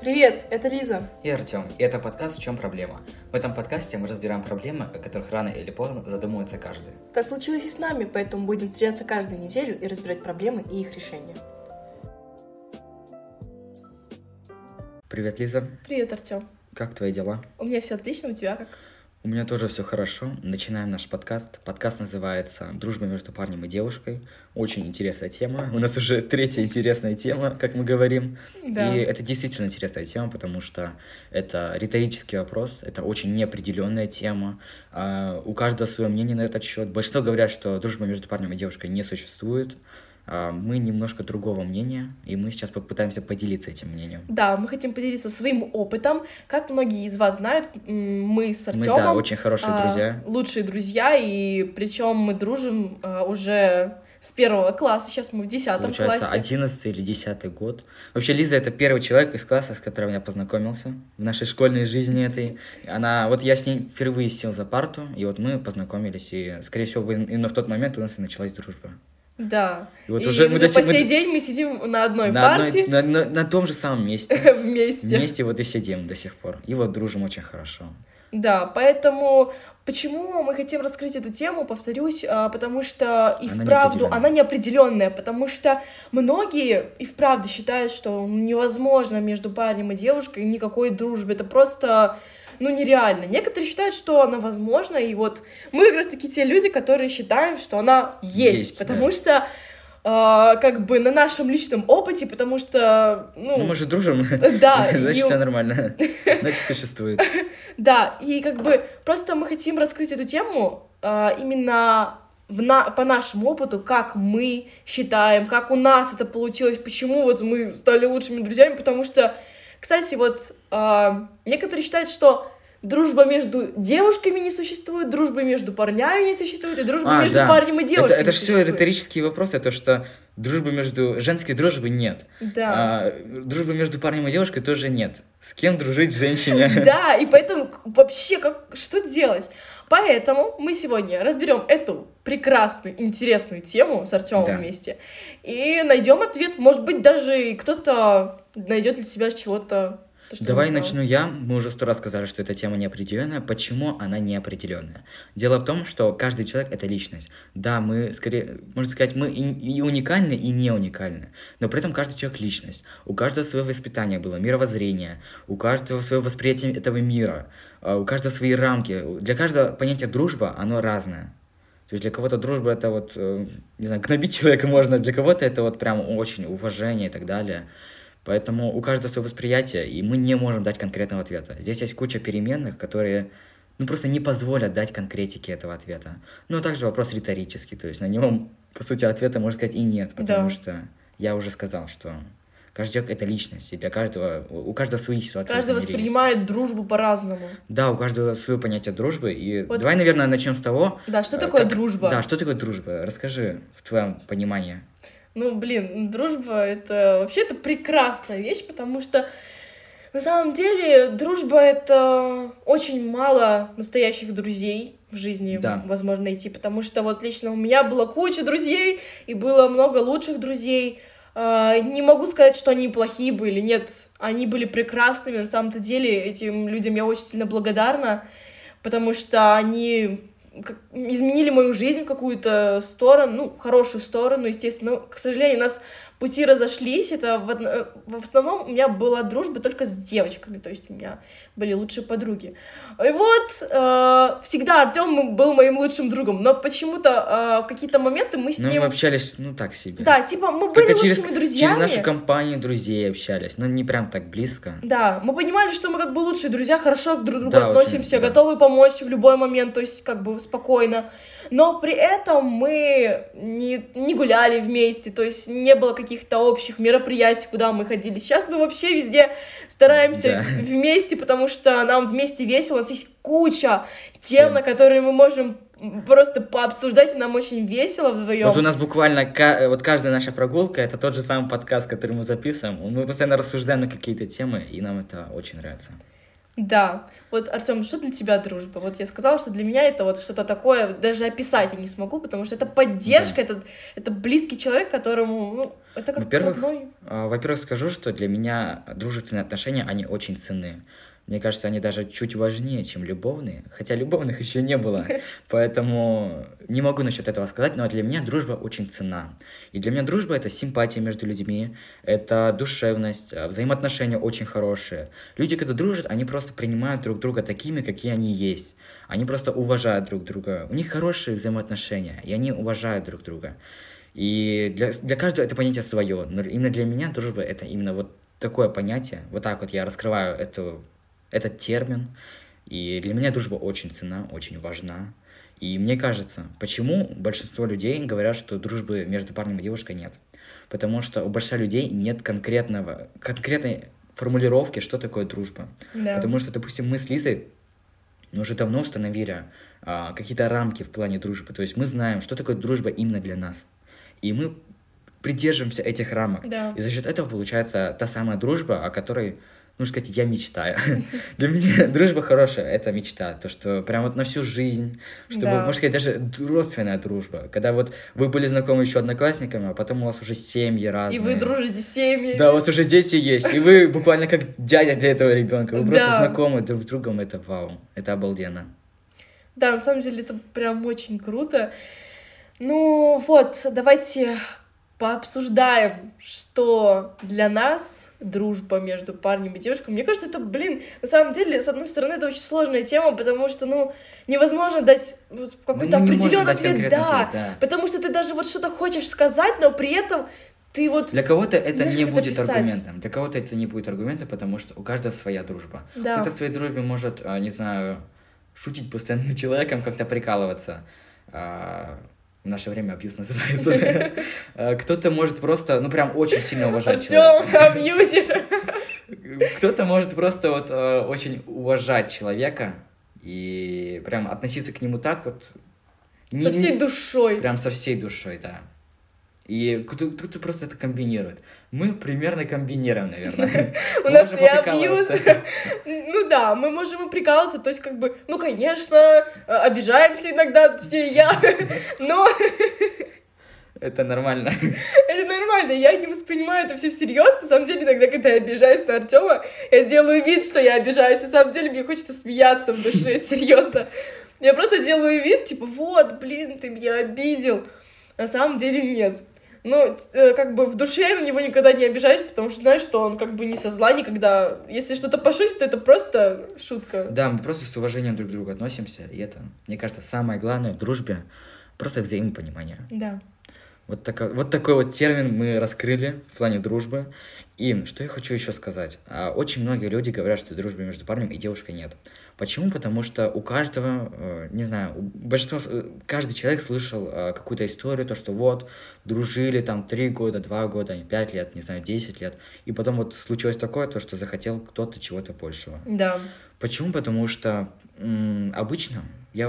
Привет, это Лиза. И Артем. И это подкаст «В чем проблема?». В этом подкасте мы разбираем проблемы, о которых рано или поздно задумывается каждый. Так случилось и с нами, поэтому будем встречаться каждую неделю и разбирать проблемы и их решения. Привет, Лиза. Привет, Артем. Как твои дела? У меня все отлично, у тебя как? У меня тоже все хорошо. Начинаем наш подкаст. Подкаст называется «Дружба между парнем и девушкой». Очень интересная тема. У нас уже третья интересная тема, как мы говорим. Да. И это действительно интересная тема, потому что это риторический вопрос, это очень неопределенная тема. У каждого свое мнение на этот счет. Большинство говорят, что дружба между парнем и девушкой не существует. Мы немножко другого мнения, и мы сейчас попытаемся поделиться этим мнением. Да, мы хотим поделиться своим опытом. Как многие из вас знают, мы с Артемом Мы, очень хорошие друзья. Лучшие друзья, и причем мы дружим уже с 1 класса, сейчас мы в 10 классе. Получается, 11 или 10 год. Вообще, Лиза — это первый человек из класса, с которым я познакомился в нашей школьной жизни этой. Я с ней впервые сел за парту, и вот мы познакомились, и, скорее всего, именно в тот момент у нас и началась дружба. Да, и вот уже по сей день мы сидим на одной парте. На том же самом месте. Вместе вот и сидим до сих пор. И вот дружим очень хорошо. Да, поэтому почему мы хотим раскрыть эту тему, повторюсь, потому что и вправду она неопределенная, потому что многие и вправду считают, что невозможно между парнем и девушкой никакой дружбы, это просто... нереально. Некоторые считают, что она возможна, и вот мы как раз-таки те люди, которые считаем, что она есть потому что на нашем личном опыте, потому что, мы же дружим. Да. Значит, все нормально. Значит, существует. Да, и просто мы хотим раскрыть эту тему именно по нашему опыту, как мы считаем, как у нас это получилось, почему вот мы стали лучшими друзьями, потому что, кстати, некоторые считают, что дружба между девушками не существует, дружбы между парнями не существует, и дружба между парнем и девушкой это же все риторические вопросы, то, что женской дружбы нет. Да. Дружбы между парнем и девушкой тоже нет. С кем дружить женщине? Да, и поэтому вообще, что делать? Поэтому мы сегодня разберем эту прекрасную, интересную тему с Артемом вместе и найдем ответ. Может быть, даже кто-то найдет для себя чего-то. Давай начну я. Мы уже 100 раз сказали, что эта тема неопределенная. Почему она неопределенная? Дело в том, что каждый человек — это личность. Да, мы скорее, можно сказать, мы и уникальны, и не уникальны. Но при этом каждый человек — личность. У каждого свое воспитание было, мировоззрение. У каждого свое восприятие этого мира. У каждого свои рамки. Для каждого понятие дружба, оно разное. То есть для кого-то дружба — это гнобить человека можно, для кого-то это прям очень уважение и так далее. Поэтому у каждого свое восприятие, и мы не можем дать конкретного ответа. Здесь есть куча переменных, которые просто не позволят дать конкретики этого ответа. Но также вопрос риторический, то есть на него, по сути, ответа можно сказать и нет, потому что я уже сказал, что каждый человек — это личность, и у каждого свои ситуации. Каждый воспринимает дружбу по-разному. Да, у каждого свое понятие дружбы, и давай, наверное, начнем с того... Да, что такое дружба? Да, что такое дружба? Расскажи в твоем понимании. Дружба — это вообще-то прекрасная вещь, потому что на самом деле дружба — это очень мало настоящих друзей в жизни возможно найти, потому что лично у меня была куча друзей, и было много лучших друзей. Не могу сказать, что они плохие были, нет, они были прекрасными, на самом-то деле этим людям я очень сильно благодарна, потому что они... изменили мою жизнь в какую-то сторону, хорошую сторону, естественно. Но, к сожалению, у нас пути разошлись. Это в основном у меня была дружба только с девочками, то есть у меня были лучшие подруги. И всегда Артем был моим лучшим другом, но почему-то в какие-то моменты мы с ним... мы общались, так себе. Да, мы были лучшими друзьями. Через нашу компанию друзей общались, но не прям так близко. Да, мы понимали, что мы лучшие друзья, хорошо друг к другу относимся, готовы помочь в любой момент, то есть спокойно. Но при этом мы не гуляли вместе, то есть не было каких-то общих мероприятий, куда мы ходили. Сейчас мы вообще везде стараемся вместе, потому что нам вместе весело. У нас есть куча тем, на которые мы можем просто пообсуждать, и нам очень весело вдвоем. У нас буквально каждая наша прогулка — это тот же самый подкаст, который мы записываем. Мы постоянно рассуждаем на какие-то темы, и нам это очень нравится. Да. Вот, Артём, что для тебя дружба? Вот я сказала, что для меня это вот что-то такое, даже описать я не смогу, потому что это поддержка, Да. это близкий человек, которому, ну, это как Во-первых, родной. во-первых, скажу, что для меня дружественные отношения, они очень ценны. Мне кажется, они даже чуть важнее, чем любовные, хотя любовных еще не было, поэтому не могу насчет этого сказать, но для меня дружба очень ценна. И для меня дружба — это симпатия между людьми, это душевность, взаимоотношения очень хорошие. Люди, когда дружат, они просто принимают друг друга такими, какие они есть. Они просто уважают друг друга. У них хорошие взаимоотношения, и они уважают друг друга. И для каждого это понятие свое. Но именно для меня дружба — это именно вот такое понятие. Вот так вот я раскрываю этот термин. И для меня дружба очень ценна, очень важна. И мне кажется, почему большинство людей говорят, что дружбы между парнем и девушкой нет? Потому что у большинства людей нет конкретной формулировки, что такое дружба. Да. Потому что, допустим, мы с Лизой уже давно установили какие-то рамки в плане дружбы. То есть мы знаем, что такое дружба именно для нас. И мы придерживаемся этих рамок. Да. И за счет этого получается та самая дружба, о которой, нужно сказать, я мечтаю. Для меня дружба хорошая — это мечта. То, что прям вот на всю жизнь, чтобы, Да. можно сказать, даже родственная дружба. Когда вот вы были знакомы еще одноклассниками, а потом у вас уже семьи разные. И вы дружите с семьями. Да, у вас уже дети есть, и вы буквально как дядя для этого ребенка. Вы просто Да. знакомы друг с другом, это вау, это обалденно. Да, на самом деле это прям очень круто. Ну вот, давайте пообсуждаем, что для нас дружба между парнем и девушкой. Мне кажется, это, на самом деле, с одной стороны, это очень сложная тема, потому что, невозможно дать вот какой-то Мы не можем определенный дать ответ, конкретный да, ответ, да. потому что ты даже вот что-то хочешь сказать, но при этом ты вот... Для кого-то это знаешь, не как это будет писать? аргументом. Для кого-то это не будет аргументом, потому что у каждого своя дружба. Да. Кто-то в своей дружбе может, не знаю, шутить постоянно над человеком, как-то прикалываться. В наше время абьюз называется. Кто-то может просто, прям очень сильно уважать человека. Артём, абьюзер. Кто-то может просто вот очень уважать человека и прям относиться к нему так вот. Со всей душой. Прям со всей душой, да. И кто-то просто это комбинирует. Мы примерно комбинируем, наверное. У нас и абьюз. Ну да, мы можем и прикалываться, то есть конечно, обижаемся иногда, точнее я, но... Это нормально. Это нормально, я не воспринимаю это все всерьез. На самом деле, иногда, когда я обижаюсь на Артема, я делаю вид, что я обижаюсь. На самом деле, мне хочется смеяться в душе, серьезно. Я просто делаю вид, типа, вот, ты меня обидел. На самом деле нет. Но в душе я на него никогда не обижаюсь, потому что знаю, что он не со зла никогда. Если что-то пошутит, то это просто шутка. Да, мы просто с уважением друг к другу относимся, и это, мне кажется, самое главное в дружбе — просто взаимопонимание. Да. Вот такой вот термин мы раскрыли в плане дружбы. И что я хочу еще сказать. Очень многие люди говорят, что дружбы между парнем и девушкой нет. Почему? Потому что у каждого, не знаю, каждый человек слышал какую-то историю, то, что вот, дружили там 3 года, 2 года, 5 лет, не знаю, 10 лет. И потом вот случилось такое, то, что захотел кто-то чего-то большего. Да. Почему? Потому что обычно я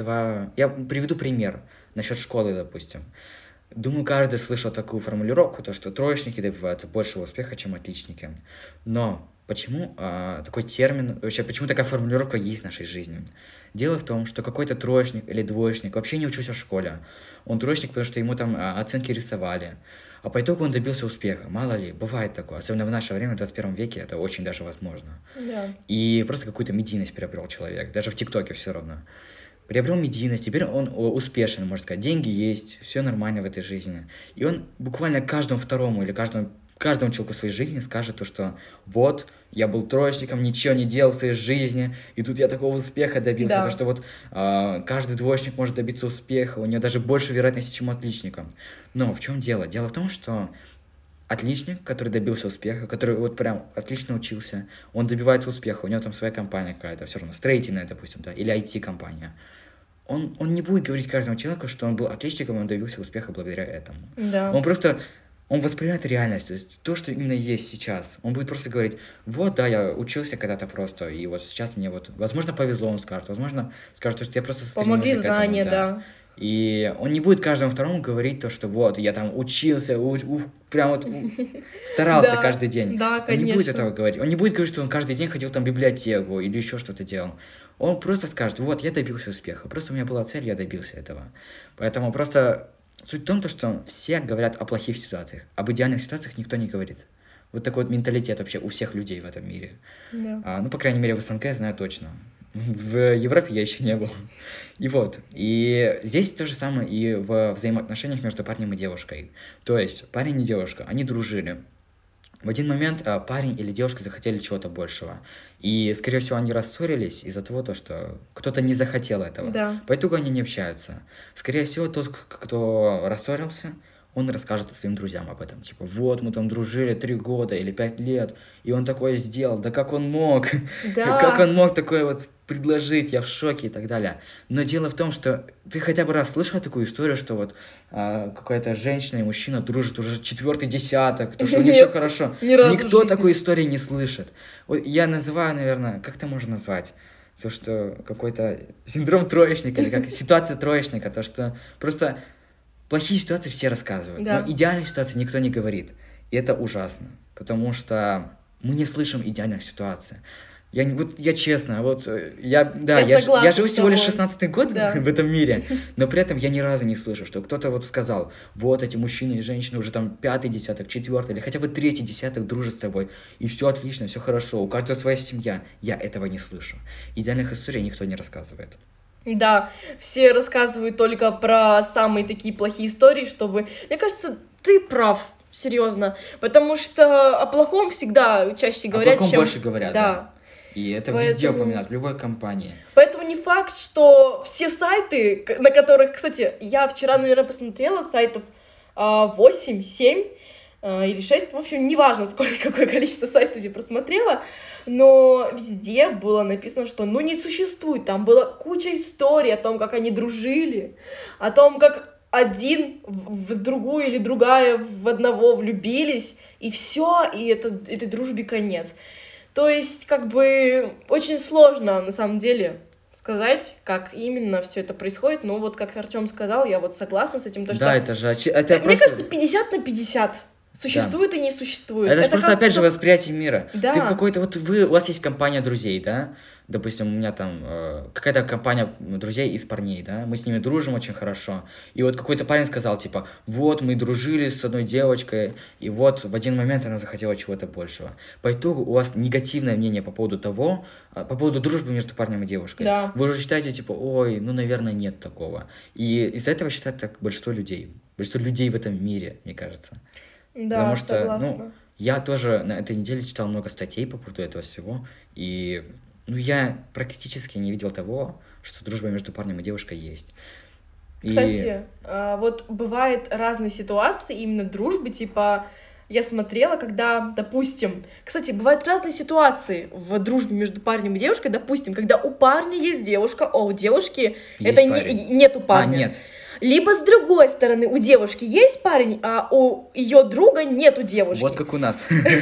приведу пример насчет школы, допустим. Думаю, каждый слышал такую формулировку, то, что троечники добиваются большего успеха, чем отличники. Но почему такой термин, вообще, почему такая формулировка есть в нашей жизни? Дело в том, что какой-то троечник или двоечник вообще не учился в школе. Он троечник, потому что ему там оценки рисовали. А по итогу он добился успеха. Мало ли, бывает такое. Особенно в наше время, в 21 веке, это очень даже возможно. Да. И просто какую-то медийность приобрел человек. Даже в ТикТоке все равно. Приобрел медийность, теперь он успешен, можно сказать. Деньги есть, все нормально в этой жизни. И он буквально каждому второму или каждому человеку в своей жизни скажет то, что вот, я был троечником, ничего не делал в своей жизни, и тут я такого успеха добился. Да. То, что вот каждый двоечник может добиться успеха, у него даже больше вероятности, чем у отличника. Но в чем дело? Дело в том, что отличник, который добился успеха, который вот прям отлично учился, он добивается успеха, у него там своя компания какая-то, все равно, строительная, допустим, да, или IT-компания. Он не будет говорить каждому человеку, что он был отличником, и он добился успеха благодаря этому. Да. Он воспринимает реальность, то есть то, что именно есть сейчас. Он будет просто говорить, вот, да, я учился когда-то просто, и вот сейчас мне вот, возможно, повезло, он скажет, возможно, скажет, что я просто стремился Помогли к этому, знания, да. И он не будет каждому второму говорить то, что вот, я там учился, прям вот старался каждый день. Да, Он не будет конечно. этого говорить. Он не будет говорить, что он каждый день ходил там в библиотеку или еще что-то делал. Он просто скажет, вот, я добился успеха. Просто у меня была цель, я добился этого. Поэтому просто суть в том, что все говорят о плохих ситуациях. Об идеальных ситуациях никто не говорит. Вот такой вот менталитет вообще у всех людей в этом мире. Да. Ну, по крайней мере, в СНГ я знаю точно. В Европе я еще не был. И вот. И здесь то же самое и в взаимоотношениях между парнем и девушкой. То есть парень и девушка, они дружили. В один момент парень или девушка захотели чего-то большего. И, скорее всего, они рассорились из-за того, что кто-то не захотел этого. Да. По итогу они не общаются. Скорее всего, тот, кто рассорился, он расскажет своим друзьям об этом. Типа, вот, мы там дружили 3 года или 5 лет, и он такое сделал, да как он мог? Да. Как он мог такое вот предложить, я в шоке и так далее. Но дело в том, что ты хотя бы раз слышал такую историю, что вот какая-то женщина и мужчина дружат уже 4-й десяток, то, что у них все хорошо. Ни разу в Никто жизни. такой истории не слышит. Вот я называю, наверное, как это можно назвать? То, что какой-то синдром троечника, или как ситуация троечника, то, что просто плохие ситуации все рассказывают, Да. но идеальных ситуаций никто не говорит. И это ужасно, потому что мы не слышим идеальных ситуаций. Я честно, я согласна живу с всего лишь тобой. 16-й год Да. в этом мире, но при этом я ни разу не слышу, что кто-то вот сказал, вот эти мужчины и женщины уже там 5-й десяток, 4-й или хотя бы 3-й десяток дружат с тобой, и все отлично, все хорошо, у каждого своя семья. Я этого не слышу. Идеальных историй никто не рассказывает. Да, все рассказывают только про самые такие плохие истории, чтобы... Мне кажется, ты прав, серьезно, потому что о плохом всегда чаще говорят, О плохом чем... больше говорят, да. И это везде упоминают, в любой компании. Поэтому не факт, что все сайты, на которых... Кстати, я вчера, наверное, посмотрела сайтов 8, 7 или 6, в общем, неважно, какое количество сайтов я просмотрела, но везде было написано, что ну не существует, там была куча историй о том, как они дружили, о том, как один в другую или другая в одного влюбились, и все, и этой дружбе конец. То есть, как бы, очень сложно, на самом деле, сказать, как именно все это происходит, но вот, как Артём сказал, я вот согласна с этим, то, что... Да, это же... Это Мне просто... кажется, 50 на 50. Существует и не существует. Это же просто, как- опять же, восприятие мира. Да. Ты в какой-то... у вас есть компания друзей, да? Допустим, у меня там какая-то компания друзей из парней, да? Мы с ними дружим очень хорошо. И вот какой-то парень сказал, типа, вот, мы дружили с одной девочкой, и вот в один момент она захотела чего-то большего. По итогу у вас негативное мнение по поводу по поводу дружбы между парнем и девушкой. Да. Вы уже считаете, типа, ой, ну, наверное, нет такого. И из-за этого считают так большинство людей. Большинство людей в этом мире, мне кажется. Да, Потому что, согласна. я тоже на этой неделе читал много статей по поводу этого всего, и, я практически не видел того, что дружба между парнем и девушкой есть. Кстати, вот бывают разные ситуации именно дружбы, типа, я смотрела, когда, допустим... Кстати, бывают разные ситуации в дружбе между парнем и девушкой, допустим, когда у парня есть девушка, а у девушки Есть это парень. нету парня. нет. Либо с другой стороны, у девушки есть парень, а у ее друга нету девушки. Вот как у нас.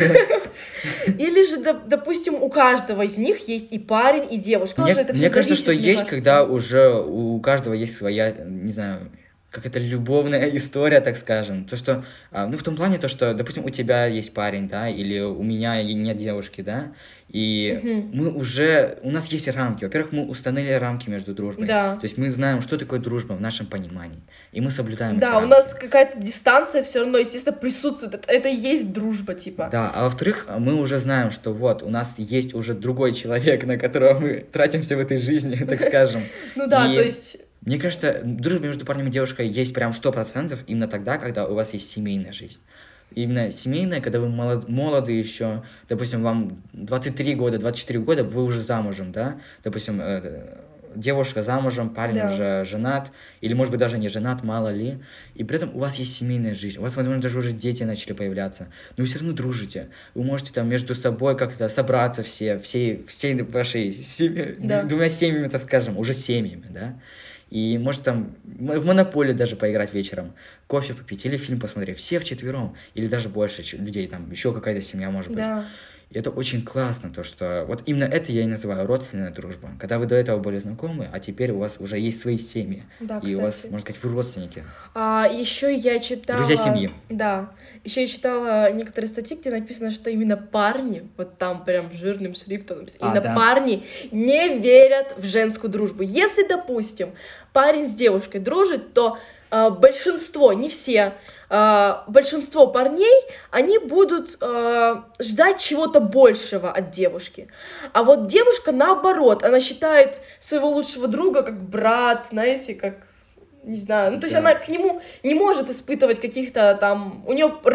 Или же, допустим, у каждого из них есть и парень, и девушка. Тоже это Мне всё кажется, зависит, что мне есть, кажется. когда уже у каждого есть своя, не знаю, какая-то любовная история, так скажем. То, что, в том плане, то, что, допустим, у тебя есть парень, да, или у меня нет девушки, да, и у нас есть рамки. Во-первых, мы установили рамки между дружбой. Да. То есть мы знаем, что такое дружба в нашем понимании, и мы соблюдаем эти Да, у рамки. нас какая-то дистанция все равно, естественно, присутствует. Это и есть дружба, типа. Да, а во-вторых, мы уже знаем, что вот у нас есть уже другой человек, на которого мы тратимся в этой жизни, так скажем. Ну да, И то есть... Мне кажется, дружба между парнем и девушкой есть прям 100% именно тогда, когда у вас есть семейная жизнь. Именно семейная, когда вы молоды еще, допустим, вам 23 года, 24 года, вы уже замужем, да? Допустим, девушка замужем, парень Да. уже женат, или, может быть, даже не женат, мало ли. И при этом у вас есть семейная жизнь, у вас, возможно, даже уже дети начали появляться, но вы все равно дружите. Вы можете там между собой как-то собраться всей вашей Да. двумя семьями, так скажем, уже семьями, да? И может там в монополию даже поиграть вечером, кофе попить или фильм посмотреть. Все вчетвером, или даже больше людей, там еще какая-то семья может быть. Да. И это очень классно, то, что вот именно это я и называю родственная дружба. Когда вы до этого были знакомы, а теперь у вас уже есть свои семьи. Да, и у вас, можно сказать, вы родственники. Еще я читала... Друзья семьи. Да. Еще я читала некоторые статьи, где написано, что именно парни, вот там прям жирным шрифтом написано, именно парни не верят в женскую дружбу. Если, допустим, парень с девушкой дружит, то большинство, не все, большинство парней, они будут ждать чего-то большего от девушки. А вот девушка, наоборот, она считает своего лучшего друга как брат, знаете, как, не знаю, ну, то есть она к нему не может испытывать каких-то там, у нее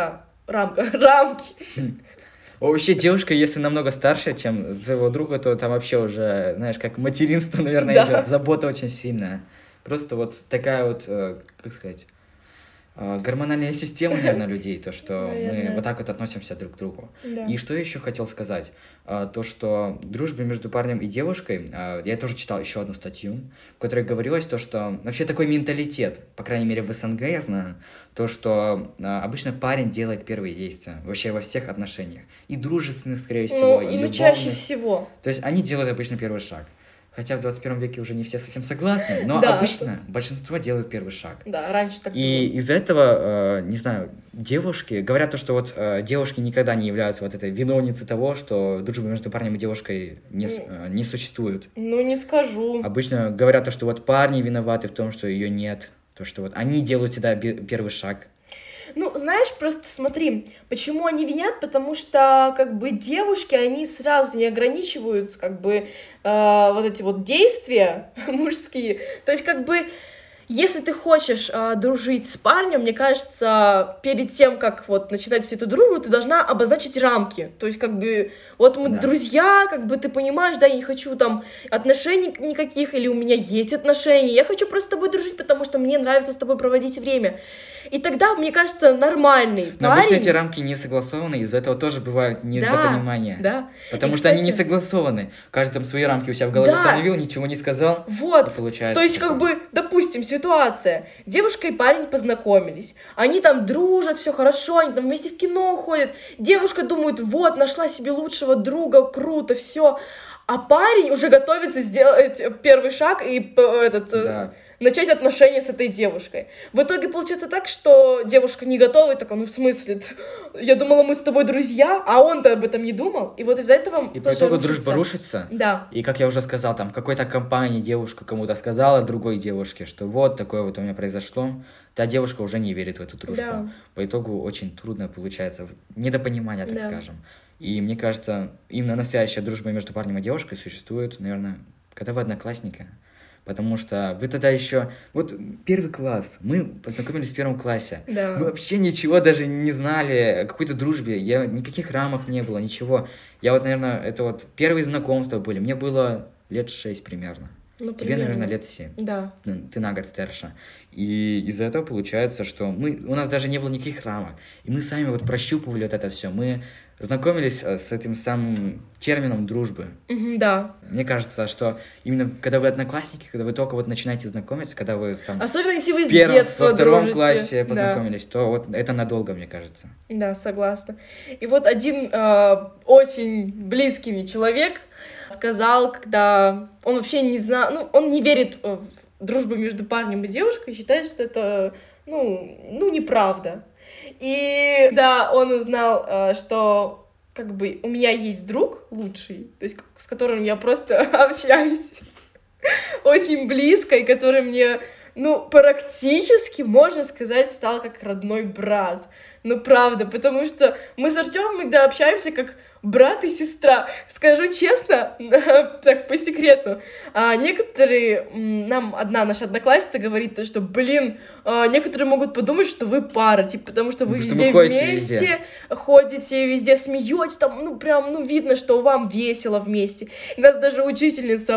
рамки. Вообще, девушка, если намного старше, чем своего друга, то там вообще уже, знаешь, как материнство, наверное, идет, забота очень сильная. Просто вот такая вот, как сказать, гормональная система, наверное, людей, то, что мы вот так вот относимся друг к другу. Да. И что еще хотел сказать? То, что дружба между парнем и девушкой, я тоже читал еще одну статью, в которой говорилось то, что вообще такой менталитет, по крайней мере в СНГ я знаю, то, что обычно парень делает первые действия вообще во всех отношениях. И дружественных, скорее всего, и любовных. Чаще всего. То есть они делают обычно первый шаг. Хотя в 21 веке уже не все с этим согласны, но обычно большинство делают первый шаг. Да, раньше так было. И из-за этого, не знаю, девушки, говорят то, что вот девушки никогда не являются вот этой виновницей того, что дружба между парнем и девушкой не существует. Ну, не скажу. Обычно говорят то, что вот парни виноваты в том, что ее нет, то, что вот они делают всегда первый шаг. Ну, знаешь, просто смотри, почему они винят, потому что, как бы, девушки, они сразу не ограничивают, как бы, вот эти вот действия мужские, то есть, как бы, если ты хочешь дружить с парнем, мне кажется, перед тем, как вот начинать всю эту дружбу, ты должна обозначить рамки. То есть, как бы, вот мы друзья, как бы ты понимаешь, да, я не хочу там отношений никаких, или у меня есть отношения, я хочу просто с тобой дружить, потому что мне нравится с тобой проводить время. И тогда, мне кажется, нормальный Но парень... обычно эти рамки не согласованы, из-за этого тоже бывают недопонимания. Да. Потому что они не согласованы. Каждый там свои рамки у себя в голове установил, ничего не сказал. Вот. То есть, как бы, допустим, ситуация. Девушка и парень познакомились. Они там дружат, все хорошо, они там вместе в кино ходят. Девушка думает, вот, нашла себе лучшего друга, круто, все. А парень уже готовится сделать первый шаг и начать отношения с этой девушкой. В итоге получается так, что девушка не готова, и такая, ну в смысле, я думала, мы с тобой друзья, а он-то об этом не думал, и вот из-за этого и по итогу дружба рушится. Да. И как я уже сказал, там в какой-то компании девушка кому-то сказала другой девушке, что вот такое вот у меня произошло, та девушка уже не верит в эту дружбу. Да. По итогу очень трудно получается, недопонимание, так скажем. И мне кажется, именно настоящая дружба между парнем и девушкой существует, наверное, когда вы одноклассники. Потому что вы тогда еще... Вот первый класс, мы познакомились в первом классе. Да. Мы вообще ничего даже не знали о какой-то дружбе. Никаких рамок не было, ничего. Я вот, наверное, это вот первые знакомства были. Мне было лет 6 примерно. Ну, тебе, наверное, лет 7. Да. Ты на год старше. И из-за этого получается, что у нас даже не было никаких рамок. И мы сами вот прощупывали вот это все. Мы знакомились с этим самым термином дружбы. Да. Мне кажется, что именно когда вы одноклассники, когда вы только вот начинаете знакомиться, когда вы там... Особенно если вы с детства во втором дружите. Классе познакомились, то вот это надолго, мне кажется. Да, согласна. И вот один очень близкий мне человек сказал, когда он вообще не знал, ну, он не верит в дружбу между парнем и девушкой, считает, что это, неправда. И да, он узнал, что как бы у меня есть друг лучший, то есть с которым я просто общаюсь очень близко, и который мне, практически, можно сказать, стал как родной брат. Ну, правда, потому что мы с Артёмом иногда общаемся как брат и сестра. Скажу честно, так по секрету, некоторые, нам одна наша одноклассница говорит, то, что, некоторые могут подумать, что вы пара, типа, потому что вы везде вместе ходите, везде смеетесь, там, видно, что вам весело вместе. И нас даже учительница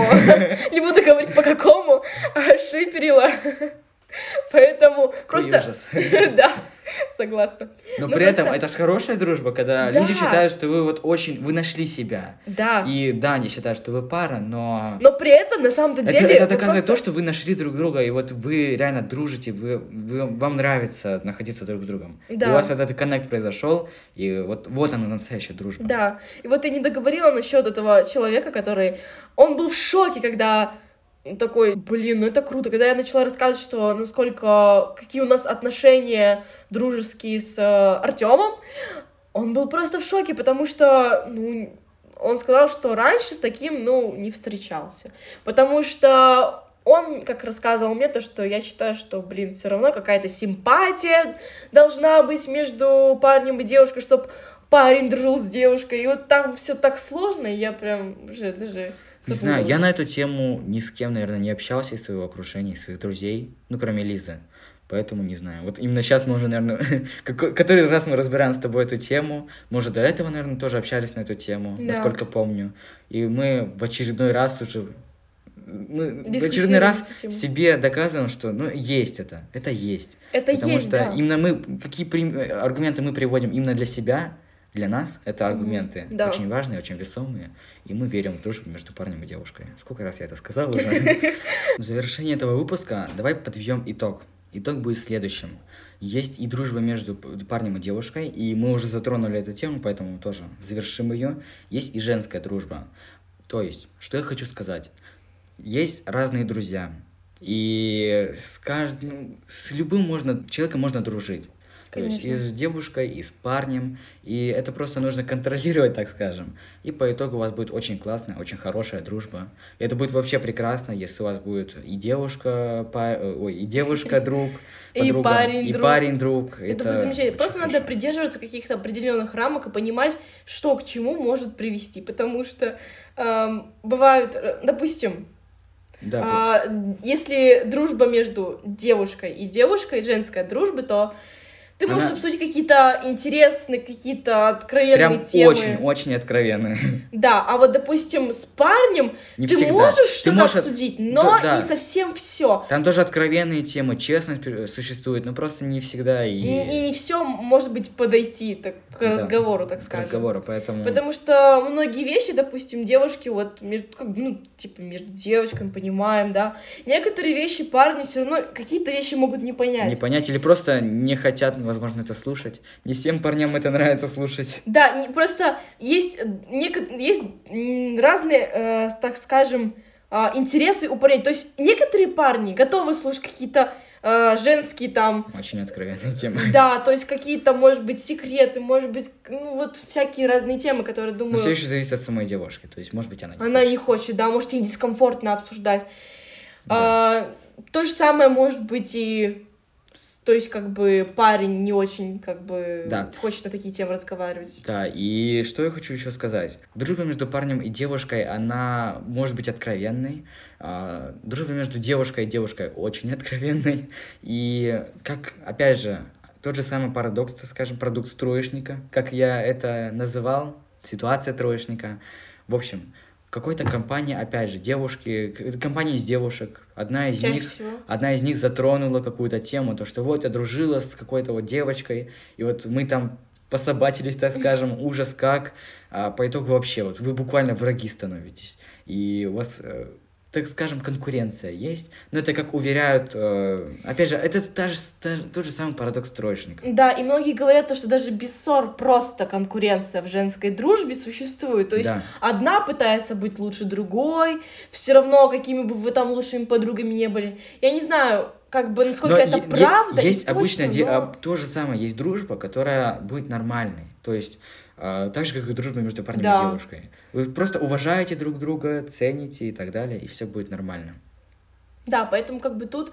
не буду говорить по какому, шиперила. Поэтому просто... Да. Согласна. Но Ну, при этом просто... это же хорошая дружба, когда Да. люди считают, что вы вот очень, вы нашли себя. Да. И да, они считают, что вы пара, но... Но при этом, на самом-то деле... Это вы доказывает просто... то, что вы нашли друг друга, и вот вы реально дружите, вам нравится находиться друг с другом. И Да. у вас вот этот коннект произошел, и вот она настоящая дружба. Да. И вот я не договорила насчет этого человека, который... Он был в шоке, когда... такой, блин, ну это круто. Когда я начала рассказывать, что какие у нас отношения дружеские с Артемом, он был просто в шоке, потому что, ну, он сказал, что раньше с таким, ну, не встречался. Потому что он, как рассказывал мне, то, что я считаю, что, блин, все равно какая-то симпатия должна быть между парнем и девушкой, чтобы парень дружил с девушкой. И вот там все так сложно, и я прям уже даже... Не знаю, я на эту тему ни с кем, наверное, не общался из своего окружения, из своих друзей, ну, кроме Лизы. Поэтому не знаю. Вот именно сейчас мы уже, наверное, который раз мы разбираем с тобой эту тему. Мы уже до этого, наверное, тоже общались на эту тему, Да. насколько помню. И мы в очередной раз уже... себе доказываем, что, ну, есть это есть. Это потому есть, что да. именно аргументы мы приводим именно для себя, для нас это аргументы да. очень важные, очень весомые, и мы верим в дружбу между парнем и девушкой. Сколько раз я это сказал уже? В завершении этого выпуска давай подведем итог. Итог будет следующим. Есть и дружба между парнем и девушкой, и мы уже затронули эту тему, поэтому тоже завершим ее. Есть и женская дружба. То есть, что я хочу сказать. Есть разные друзья, и с любым человеком можно дружить. Конечно. То есть и с девушкой, и с парнем, и это просто нужно контролировать, так скажем. И по итогу у вас будет очень классная, очень хорошая дружба. И это будет вообще прекрасно, если у вас будет и девушка, и девушка друг, и парень друг. Это будет замечательно. Просто надо придерживаться каких-то определенных рамок и понимать, что к чему может привести, потому что бывают, допустим. Да, если дружба между девушкой и девушкой, женская дружба, то ты можешь обсудить какие-то интересные, какие-то откровенные темы. Прям очень откровенные. Да, а вот, допустим, с парнем не ты всегда. можешь что-то обсудить, но не совсем все. Там тоже откровенные темы, честность существует, но просто не всегда. И не все может быть подойти к разговору, так скажем. К разговору, поэтому... Потому что многие вещи, допустим, девушки, вот, между девочками понимаем, да. Некоторые вещи парни все равно, какие-то вещи могут не понять. Не понять или просто не хотят, возможно, это слушать. Не всем парням это нравится слушать. Да, просто есть разные, так скажем, интересы у парней. То есть некоторые парни готовы слушать какие-то женские там... Очень откровенные темы. Да, то есть какие-то, может быть, секреты, может быть, всякие разные темы, которые, думаю... Но все еще зависит от самой девушки, то есть, может быть, она не хочет, да, может, ей дискомфортно обсуждать. Да. То же самое может быть и... То есть, как бы, парень не очень, как бы, хочет на такие темы разговаривать. Да, и что я хочу еще сказать. Дружба между парнем и девушкой, она может быть откровенной. Дружба между девушкой и девушкой очень откровенной. И, как, опять же, тот же самый парадокс, так скажем, продукт троечника, как я это называл, ситуация троечника. В общем, в какой-то компании, опять же, компания из девушек, одна из них затронула какую-то тему, то, что вот я дружила с какой-то вот девочкой, и вот мы там пособачились, так скажем, ужас как, по итогу вообще, вот вы буквально враги становитесь, и у вас, так скажем, конкуренция есть, но это как уверяют, опять же, это тот же самый парадокс троечника. Да, и многие говорят, что даже без ссор просто конкуренция в женской дружбе существует, то есть одна пытается быть лучше другой, все равно, какими бы вы там лучшими подругами не были. Я не знаю, как бы, насколько это правда. Есть обычно то же самое, есть дружба, которая будет нормальной, то есть так же, как и дружба между парнем и девушкой. Вы просто уважаете друг друга, цените и так далее, и все будет нормально. Да, поэтому как бы тут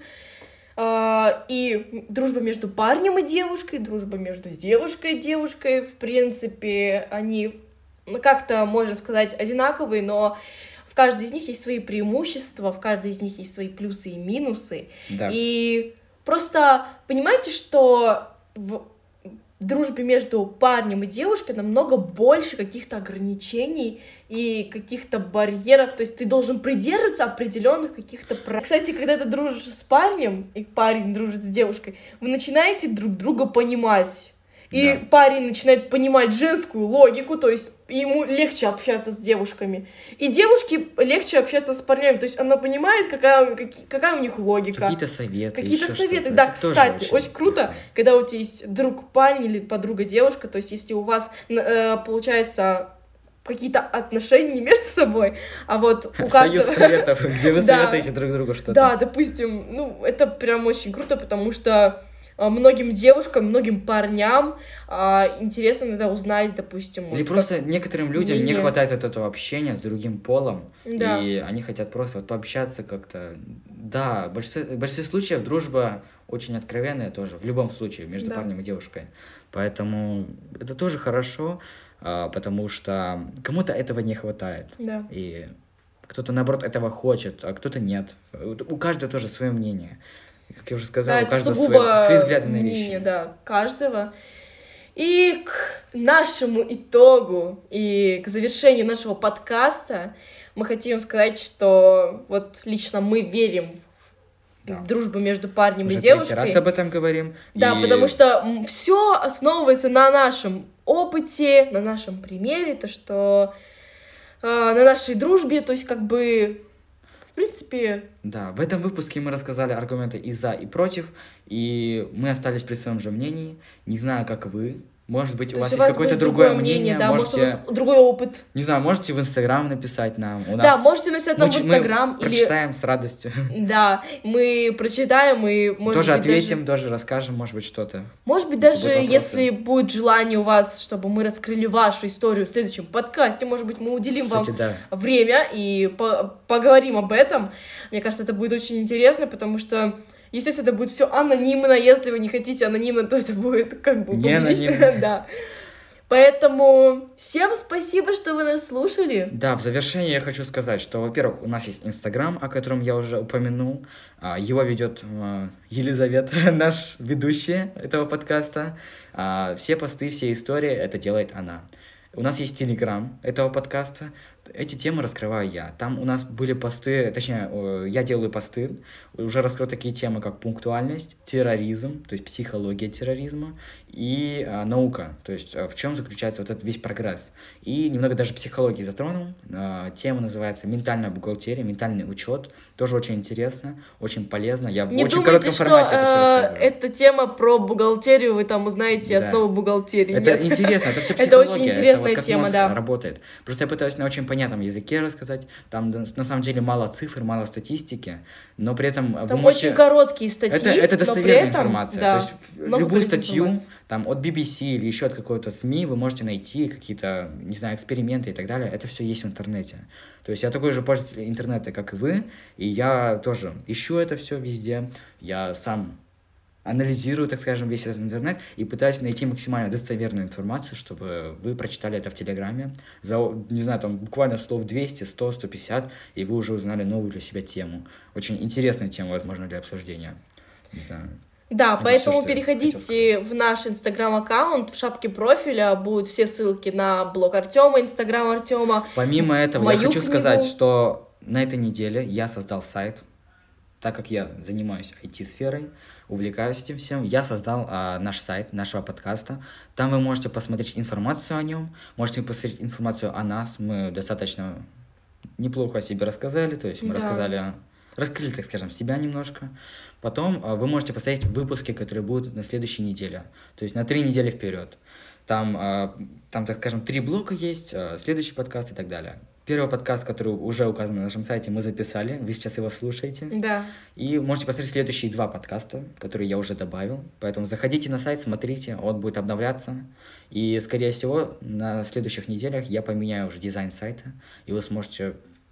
и дружба между парнем и девушкой, дружба между девушкой и девушкой, в принципе, они как-то, можно сказать, одинаковые, но в каждой из них есть свои преимущества, в каждой из них есть свои плюсы и минусы. Да. И просто понимаете, что дружбе между парнем и девушкой намного больше каких-то ограничений и каких-то барьеров, то есть ты должен придерживаться определенных каких-то прав. Кстати, когда ты дружишь с парнем, и парень дружит с девушкой, вы начинаете друг друга понимать. И парень начинает понимать женскую логику, то есть ему легче общаться с девушками. И девушке легче общаться с парнями, то есть она понимает, какая у них логика. Какие-то советы. Какие-то советы, да, это кстати, очень круто, когда у тебя есть друг парень или подруга девушка, то есть если у вас получается какие-то отношения не между собой, а вот у каждого... Союз советов, где вы советуете друг другу что-то. Да, допустим, ну, это прям очень круто, потому что многим девушкам, многим парням интересно иногда узнать, допустим... Или просто некоторым людям не хватает вот этого общения с другим полом, и они хотят просто вот пообщаться как-то. Да, в большинстве случаев дружба очень откровенная тоже, в любом случае, между парнем и девушкой. Поэтому это тоже хорошо, потому что кому-то этого не хватает. Да. И кто-то, наоборот, этого хочет, а кто-то нет. У каждого тоже свое мнение. Как я уже сказала, у каждого свои взгляды на вещи. Да, каждого. И к нашему итогу и к завершению нашего подкаста мы хотим сказать, что вот лично мы верим в дружбу между парнем уже и девушкой. Уже 3 раз об этом говорим. Да, потому что все основывается на нашем опыте, на нашем примере, то, что на нашей дружбе, то есть как бы... В принципе... Да, в этом выпуске мы рассказали аргументы и за, и против, и мы остались при своем же мнении. Не знаю, как вы. Может быть, у вас есть какое-то другое мнение. Да, может, у вас другой опыт. Не знаю, можете в Инстаграм написать нам. Да, можете написать нам в Инстаграм. Мы прочитаем с радостью. Да, мы прочитаем и, может тоже быть, ответим, тоже расскажем, может быть, что-то. Может быть, даже если будет желание у вас, чтобы мы раскрыли вашу историю в следующем подкасте, может быть, мы уделим вам время и поговорим об этом. Мне кажется, это будет очень интересно, потому что... Естественно, это будет все анонимно. Если вы не хотите анонимно, то это будет как бы публично. Да. Поэтому всем спасибо, что вы нас слушали. Да, в завершение я хочу сказать, что, во-первых, у нас есть Инстаграм, о котором я уже упомянул. Его ведет Елизавета, наш ведущий этого подкаста. Все посты, все истории, это делает она. У нас есть Телеграм этого подкаста. Эти темы раскрываю я. Там у нас были посты, точнее, я делаю посты, уже раскрыл такие темы, как пунктуальность, терроризм, то есть психология терроризма, и наука, то есть в чем заключается вот этот весь прогресс. И немного даже психологии затронул. Тема называется «Ментальная бухгалтерия», «Ментальный учет». Тоже очень интересно, очень полезно. Я в очень коротком формате это все рассказываю. Эта тема про бухгалтерию, вы там узнаете основу бухгалтерии. Это интересно, это все психология. Это очень интересная тема, да. Работает. Просто я пытаюсь на очень понятном языке рассказать. Там на самом деле мало цифр, мало статистики, но при этом там очень короткие статьи. Это достоверная информация. Да, то есть любую статью там от BBC или еще от какого-то СМИ вы можете найти какие-то, не знаю, эксперименты и так далее. Это все есть в интернете. То есть я такой же пользователь интернета, как и вы, и я тоже ищу это все везде. Я сам анализирую, так скажем, весь этот интернет и пытаюсь найти максимально достоверную информацию, чтобы вы прочитали это в Телеграме за, не знаю, там буквально слов 200, 100, 150, и вы уже узнали новую для себя тему. Очень интересная тема, возможно, для обсуждения. Не знаю. Да, это поэтому все, переходите в наш Инстаграм-аккаунт, в шапке профиля будут все ссылки на блог Артема, Инстаграм Артема. Помимо этого, я хочу сказать, что на этой неделе я создал сайт, так как я занимаюсь IT-сферой, увлекаюсь этим всем, я создал наш сайт нашего подкаста. Там вы можете посмотреть информацию о нем, можете посмотреть информацию о нас. Мы достаточно неплохо о себе рассказали, то есть мы раскрыли, так скажем, себя немножко. Потом вы можете посмотреть выпуски, которые будут на следующей неделе, то есть на 3 недели вперед. Там, так скажем, 3 блока есть, следующий подкаст и так далее. Первый подкаст, который уже указан на нашем сайте, мы записали, вы сейчас его слушаете. Да. И можете посмотреть следующие 2 подкаста, которые я уже добавил. Поэтому заходите на сайт, смотрите, он будет обновляться. И, скорее всего, на следующих неделях я поменяю уже дизайн сайта, и вы сможете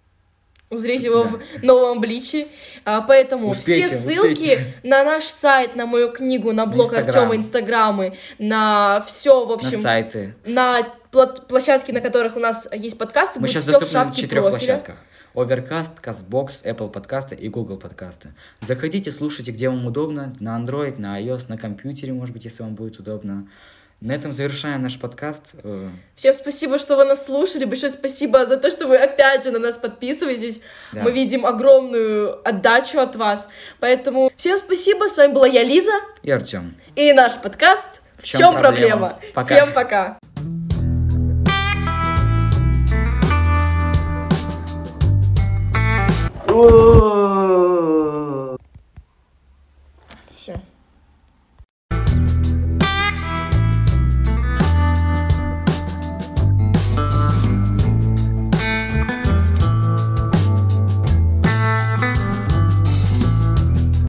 узреть его в новом обличии. Поэтому все ссылки на наш сайт, на мою книгу, на блог Артема, Инстаграмы, на все, в общем, на сайты, на площадки, на которых у нас есть подкасты, мы будет сейчас все доступны в шапке на 4 профиля. площадках. Overcast, CastBox, Apple подкасты и Google подкасты. Заходите, слушайте, где вам удобно, на Android, на iOS, на компьютере, может быть, если вам будет удобно. На этом завершаем наш подкаст. Всем спасибо, что вы нас слушали. Большое спасибо за то, что вы опять же на нас подписываетесь. Да. Мы видим огромную отдачу от вас. Поэтому всем спасибо. С вами была я, Лиза. И Артём. И наш подкаст «В чем проблема?». Пока. Всем пока. О!